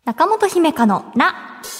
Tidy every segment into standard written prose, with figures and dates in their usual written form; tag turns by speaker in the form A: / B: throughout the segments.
A: 中本姫香のな。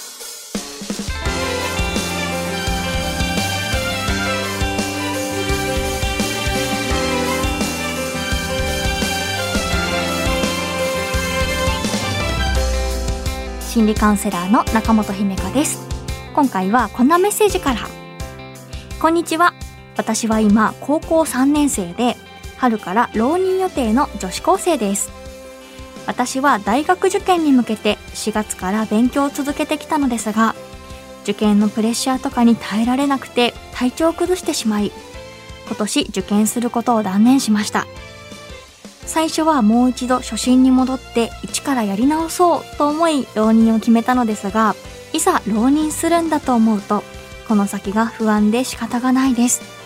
A: 心理カウンセラーの中本姫香です。今回はこんなメッセージから。こんにちは。私は今高校3年生で春から浪人予定の女子高生です。私は大学受験に向けて4月から勉強を続けてきたのですが、受験のプレッシャーとかに耐えられなくて体調を崩してしまい、今年受験することを断念しました。最初はもう一度初心に戻って一からやり直そうと思い浪人を決めたのですが、いざ浪人するんだと思うとこの先が不安で仕方がないです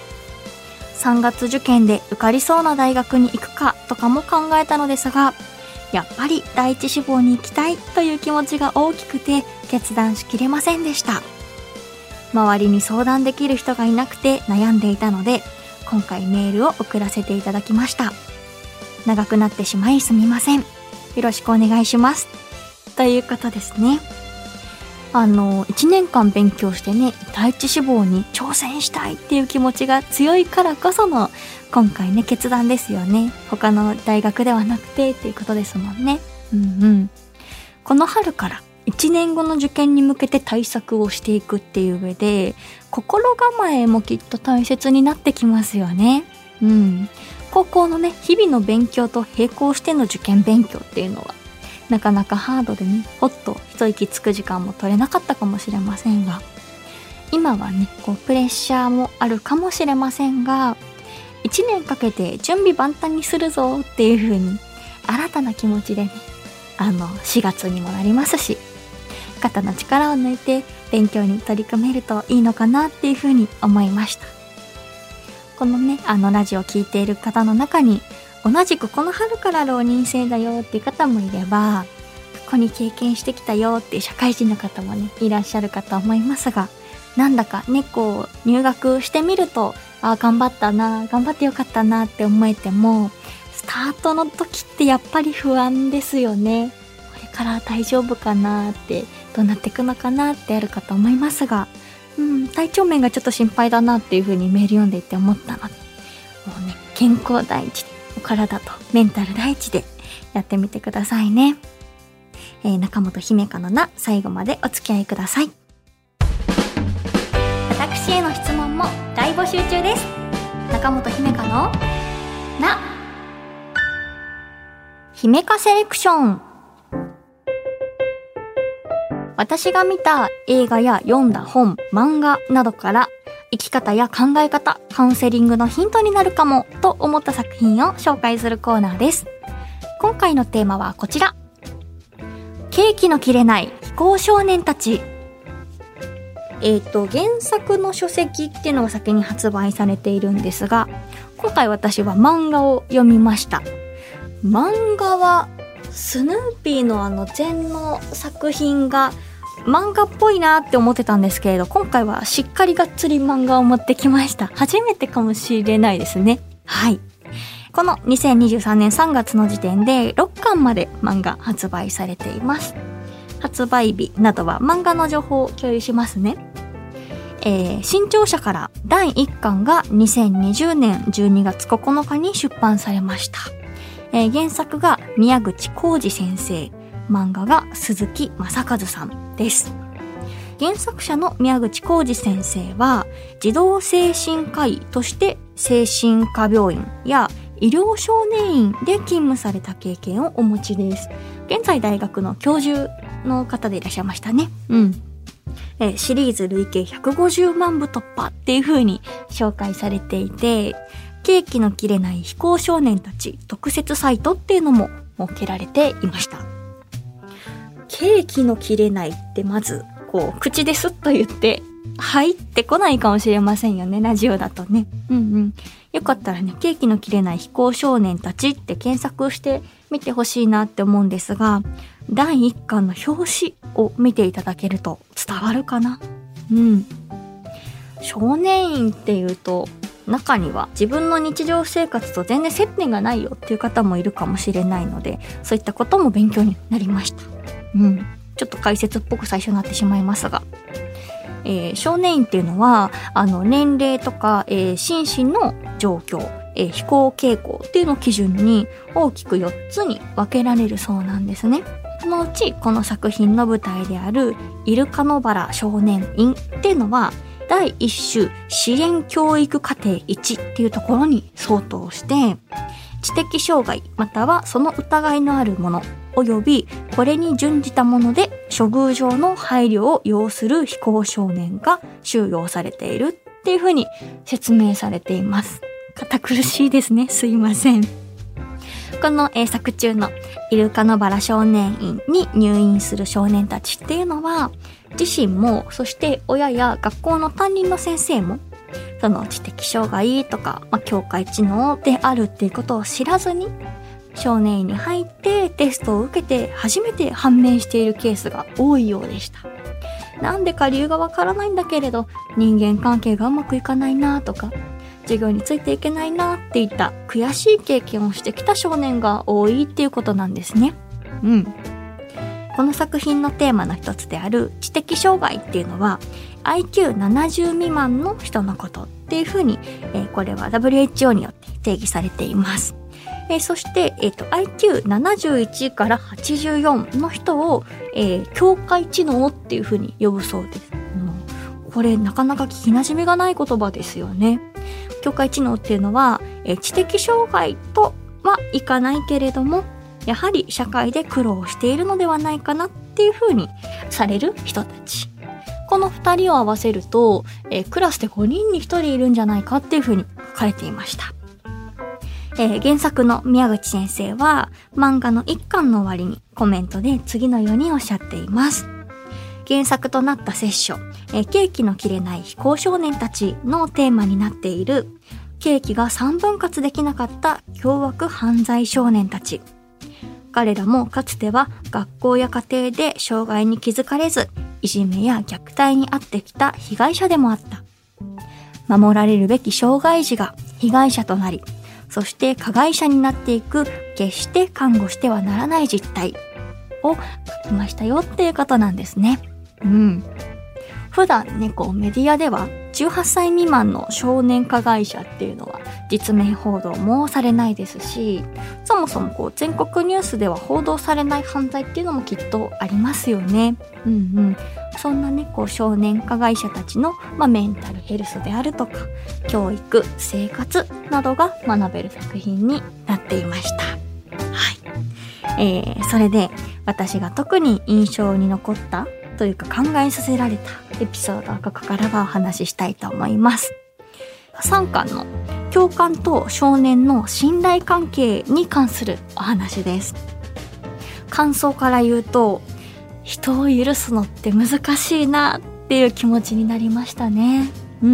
A: 。3月受験で受かりそうな大学に行くかとかも考えたのですが、やっぱり第一志望に行きたいという気持ちが大きくて決断しきれませんでした。周りに相談できる人がいなくて悩んでいたので、今回メールを送らせていただきました。長くなってしまいすみません。よろしくお願いします。ということですね。1年間勉強してね、第一志望に挑戦したいっていう気持ちが強いからこその今回ね、決断ですよね。他の大学ではなくてっていうことですもんね。この春から1年後の受験に向けて対策をしていくっていう上で、心構えもきっと大切になってきますよね。高校のね、日々の勉強と並行しての受験勉強っていうのはなかなかハードでね、ほっと一息つく時間も取れなかったかもしれませんが、今はね、プレッシャーもあるかもしれませんが、1年かけて準備万端にするぞっていう風に新たな気持ちでね、4月にもなりますし、肩の力を抜いて勉強に取り組めるといいのかなっていう風に思いました。このね、ラジオを聞いている方の中に同じくこの春から浪人生だよっていう方もいれば、ここに経験してきたよっていう社会人の方もね、いらっしゃるかと思いますが、なんだかね、入学してみると、頑張ったな、頑張ってよかったなって思えても、スタートの時ってやっぱり不安ですよね。これから大丈夫かなって、どうなっていくのかなってあるかと思いますが、体調面がちょっと心配だなっていう風にメール読んでいて思ったので、もうね、健康第一で、お体とメンタル第一でやってみてくださいね。中本姫香のな、最後までお付き合いください。私への質問も大募集中です。中本姫香のな。姫香セレクション。私が見た映画や読んだ本、漫画などから生き方や考え方、カウンセリングのヒントになるかもと思った作品を紹介するコーナーです。今回のテーマはこちら。ケーキの切れない非行少年たち。原作の書籍っていうのが先に発売されているんですが、今回私は漫画を読みました。漫画はスヌーピーの前の作品が漫画っぽいなって思ってたんですけれど、今回はしっかりがっつり漫画を持ってきました。初めてかもしれないですね。はい。この2023年3月の時点で6巻まで漫画発売されています。発売日などは漫画の情報を共有しますね。新潮社から第1巻が2020年12月9日に出版されました。原作が宮口浩二先生、漫画が鈴木正和さんです。原作者の宮口浩二先生は児童精神科医として精神科病院や医療少年院で勤務された経験をお持ちです。現在大学の教授の方でいらっしゃいましたね。シリーズ累計150万部突破っていう風に紹介されていて、ケーキの切れない非行少年たち特設サイトっていうのも設けられていました。ケーキの切れないってまず口でスッと言って入ってこないかもしれませんよね、ラジオだとね。よかったらね、ケーキの切れない非行少年たちって検索してみてほしいなって思うんですが、第1巻の表紙を見ていただけると伝わるかな。少年院っていうと中には自分の日常生活と全然接点がないよっていう方もいるかもしれないので、そういったことも勉強になりました。ちょちょっと解説っぽく最初になってしまいますが、少年院っていうのは年齢とか、心身の状況、非行傾向っていうのを基準に大きく4つに分けられるそうなんですね。そのうちこの作品の舞台であるイルカ野原少年院っていうのは第1種支援教育課程1っていうところに相当して、知的障害またはその疑いのあるものおよびこれに準じたもので処遇上の配慮を要する非行少年が収容されているっていうふうに説明されています。堅苦しいですね。すいません。この作中のイルカ野原少年院に入院する少年たちっていうのは、自身もそして親や学校の担任の先生もその知的障害とか、境界知能であるっていうことを知らずに少年院に入ってテストを受けて初めて判明しているケースが多いようでした。なんでか理由がわからないんだけれど、人間関係がうまくいかないなとか、授業についていけないなっていった悔しい経験をしてきた少年が多いっていうことなんですね。この作品のテーマの一つである知的障害っていうのは IQ70 未満の人のことっていうふうに、これは WHO によって定義されています。そして、IQ71 から84の人を、境界知能っていうふうに呼ぶそうです。これなかなか聞き馴染みがない言葉ですよね。境界知能っていうのは、知的障害とはいかないけれども、やはり社会で苦労しているのではないかなっていうふうにされる人たち。この2人を合わせると、クラスで5人に1人いるんじゃないかっていうふうに書かれていました。原作の宮口先生は漫画の1巻の終わりにコメントで次のようにおっしゃっています。原作となった聖書、刑期の切れない非行少年たちのテーマになっている刑期が3分割できなかった凶悪犯罪少年たち。彼らもかつては学校や家庭で障害に気づかれず、いじめや虐待に遭ってきた被害者でもあった。守られるべき障害児が被害者となり、そして加害者になっていく決して看護してはならない実態を書きましたよっていうことなんですね。普段ね、メディアでは18歳未満の少年加害者っていうのは実名報道もされないですし、そもそも全国ニュースでは報道されない犯罪っていうのもきっとありますよね。そんなね、少年加害者たちの、メンタルヘルスであるとか、教育、生活などが学べる作品になっていました。それで私が特に印象に残ったというか考えさせられたエピソードをここからはお話ししたいと思います。3巻の教官と少年の信頼関係に関するお話です。感想から言うと、人を許すのって難しいなっていう気持ちになりましたね。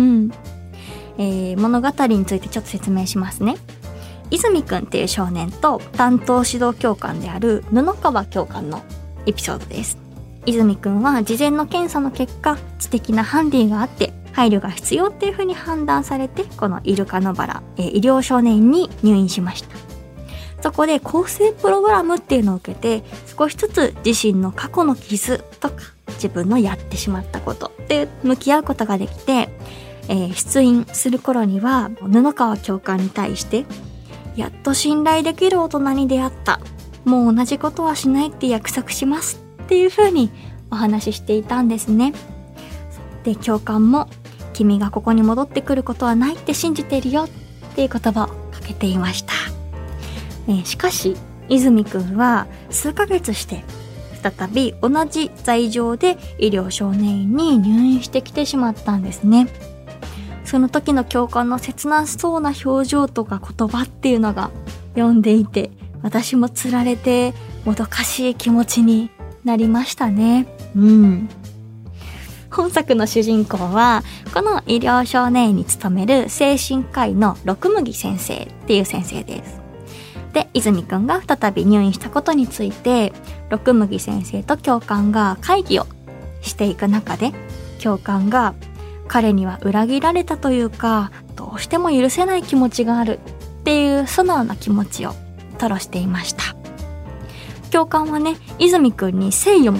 A: 物語についてちょっと説明しますね。泉くんっていう少年と担当指導教官である布川教官のエピソードです。泉くんは事前の検査の結果、知的なハンディがあって配慮が必要っていう風に判断されて、このイルカ野原、医療少年院に入院しました。そこで更生プログラムっていうのを受けて、少しずつ自身の過去の傷とか自分のやってしまったことで向き合うことができて、出院する頃には布川教官に対してやっと信頼できる大人に出会った。もう同じことはしないって約束しますっていう風にお話ししていたんですね。で、教官も君がここに戻ってくることはないって信じているよっていう言葉をかけていました。しかし、泉くんは数ヶ月して再び同じ罪状で医療少年院に入院してきてしまったんですね。その時の教官の切なそうな表情とか言葉っていうのが読んでいて、私もつられてもどかしい気持ちになりましたね。本作の主人公はこの医療少年院に勤める精神科医の六麦先生っていう先生です。で、泉くんが再び入院したことについて六麦先生と教官が会議をしていく中で、教官が彼には裏切られたというか、どうしても許せない気持ちがあるっていう素直な気持ちを吐露していました。教官はね、泉くんに誠意を持って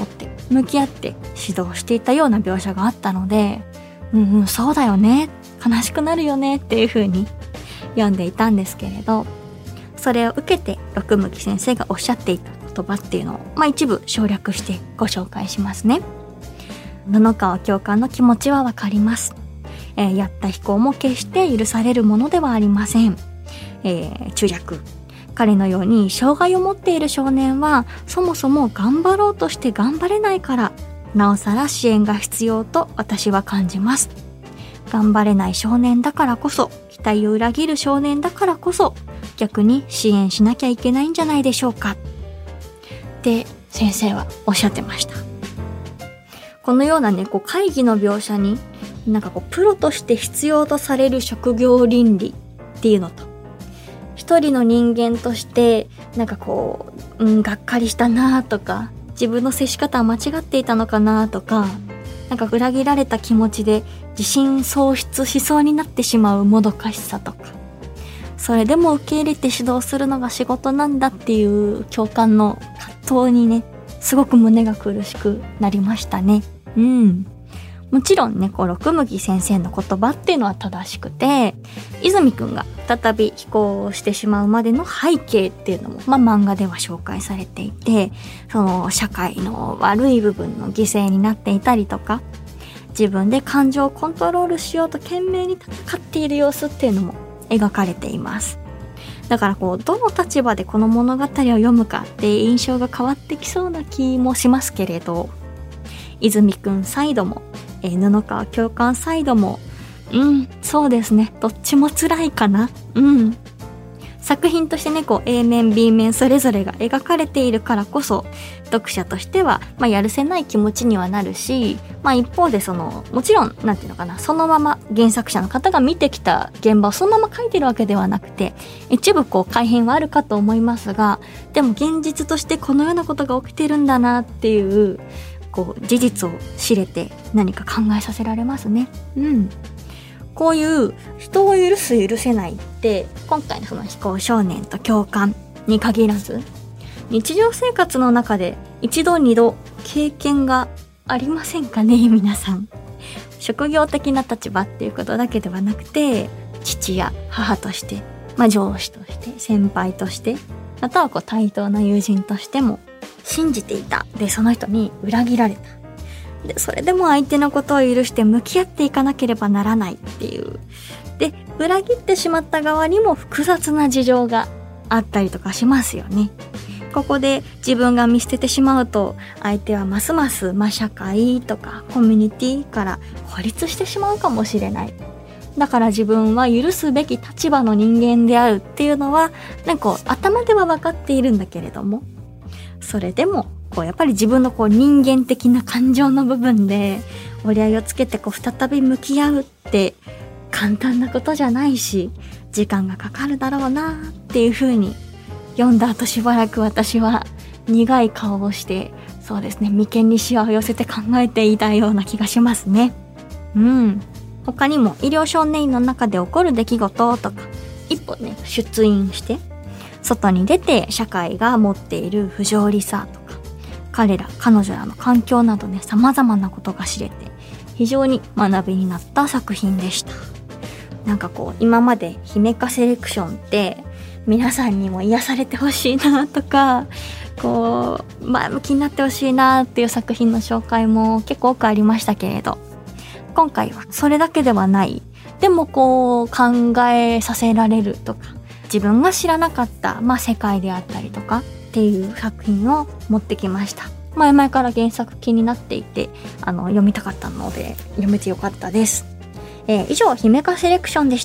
A: 向き合って指導していたような描写があったので、そうだよね、悲しくなるよねっていう風に読んでいたんですけれど、それを受けて六向先生がおっしゃっていた言葉っていうのを、一部省略してご紹介しますね。布川教官の気持ちはわかります。やった非行も決して許されるものではありません。中略。彼のように障害を持っている少年はそもそも頑張ろうとして頑張れないから、なおさら支援が必要と私は感じます。頑張れない少年だからこそ、期待を裏切る少年だからこそ、逆に支援しなきゃいけないんじゃないでしょうかって先生はおっしゃってました。このようなね、会議の描写にプロとして必要とされる職業倫理っていうのと、一人の人間としてがっかりしたなとか、自分の接し方は間違っていたのかなとか、裏切られた気持ちで自信喪失しそうになってしまうもどかしさとか、それでも受け入れて指導するのが仕事なんだっていう教官の葛藤にね、すごく胸が苦しくなりましたね。もちろんね、六向先生の言葉っていうのは正しくて、泉くんが再び非行をしてしまうまでの背景っていうのも、漫画では紹介されていて、その社会の悪い部分の犠牲になっていたりとか、自分で感情をコントロールしようと懸命に戦っている様子っていうのも描かれています。だからどの立場でこの物語を読むかって印象が変わってきそうな気もしますけれど、泉くんサイドも布川教官サイドも、そうですね、どっちも辛いかな。作品としてね、A 面 B 面それぞれが描かれているからこそ、読者としてはやるせない気持ちにはなるし、一方でもちろんそのまま原作者の方が見てきた現場をそのまま書いてるわけではなくて、一部改変はあるかと思いますが、でも現実としてこのようなことが起きてるんだなっていう事実を知れて何か考えさせられますね。こういう人を許す許せないって、今回のその非行少年と教官に限らず、日常生活の中で一度二度経験がありませんかね、皆さん。職業的な立場っていうことだけではなくて、父や母として、上司として、先輩として、または対等な友人としても信じていた。で、その人に裏切られた。で、それでも相手のことを許して向き合っていかなければならないっていう。で、裏切ってしまった側にも複雑な事情があったりとかしますよね。ここで自分が見捨ててしまうと、相手はますます社会とかコミュニティから孤立してしまうかもしれない。だから自分は許すべき立場の人間であるっていうのは、頭では分かっているんだけれども、それでもやっぱり自分の人間的な感情の部分で折り合いをつけて再び向き合うって簡単なことじゃないし、時間がかかるだろうなっていう風に読んだ後しばらく私は苦い顔をして、そうですね、眉間にシワを寄せて考えていたような気がしますね。他にも医療少年院の中で起こる出来事とか、一歩ね、出院して外に出て社会が持っている不条理さとか、彼女らの環境などね、様々なことが知れて非常に学びになった作品でした。今まで姫香セレクションって皆さんにも癒されてほしいなとか、前向きになってほしいなっていう作品の紹介も結構多くありましたけれど、今回はそれだけではない、でも考えさせられるとか、自分が知らなかった、世界であったりとかっていう作品を持ってきました。前々から原作気になっていて、読みたかったので読めてよかったです。以上、姫香セレクションでした。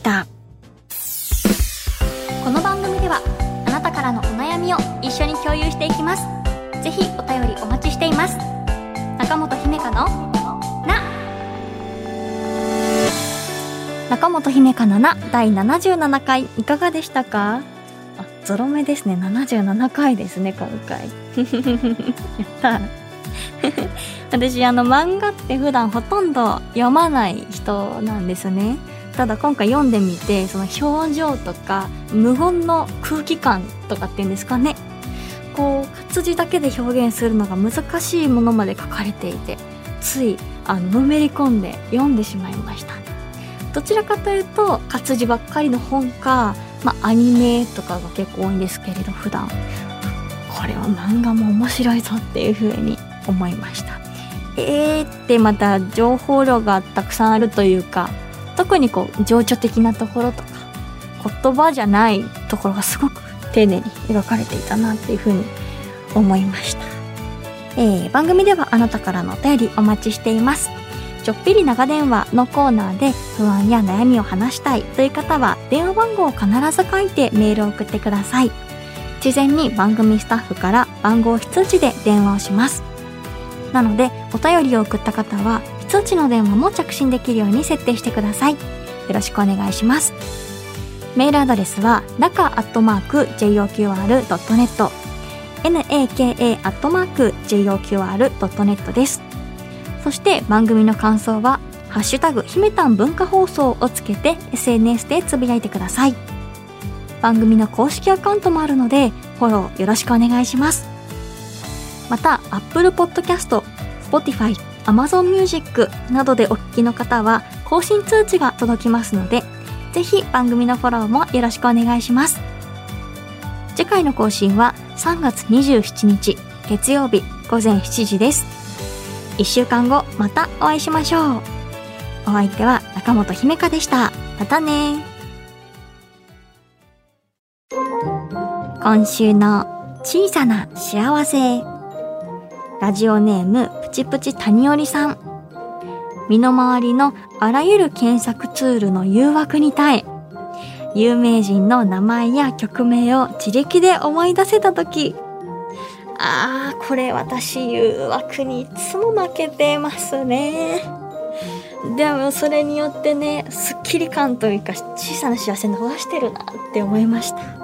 A: この番組ではあなたからのお悩みを一緒に共有していきます。ぜひお便りお待ちしています。中本姫香の中本姫香の第77回いかがでしたか？ゾロ目ですね。77回ですね、今回。やった私漫画って普段ほとんど読まない人なんですね。ただ今回読んでみて、その表情とか無言の空気感とかっていうんですかね、滑字だけで表現するのが難しいものまで書かれていて、ついのめり込んで読んでしまいました。どちらかというと活字ばっかりの本か、アニメとかが結構多いんですけれど、普段これは漫画も面白いぞっていう風に思いました。ってまた情報量がたくさんあるというか、特に情緒的なところとか言葉じゃないところがすごく丁寧に描かれていたなっていう風に思いました。番組ではあなたからのお便りお待ちしています。ちょっぴり長電話のコーナーで不安や悩みを話したいという方は電話番号を必ず書いてメールを送ってください。事前に番組スタッフから番号非通知で電話をします。なのでお便りを送った方は非通知の電話も着信できるように設定してください。よろしくお願いします。メールアドレスはnaka@joqr.net naka@joqr.net です。そして番組の感想はハッシュタグひめたん文化放送をつけて SNS でつぶやいてください。番組の公式アカウントもあるのでフォローよろしくお願いします。また Apple Podcast、Spotify、Amazon Music などでお聞きの方は更新通知が届きますので、ぜひ番組のフォローもよろしくお願いします。次回の更新は3月27日月曜日午前7時です。1週間後またお会いしましょう。お相手は中本姫香でした。またね。今週の小さな幸せ。ラジオネームプチプチ谷織さん。身の回りのあらゆる検索ツールの誘惑に耐え、有名人の名前や曲名を自力で思い出せたとき、これ私誘惑にいつも負けてますね。でもそれによってね、スッキリ感というか小さな幸せ逃してるなって思いました。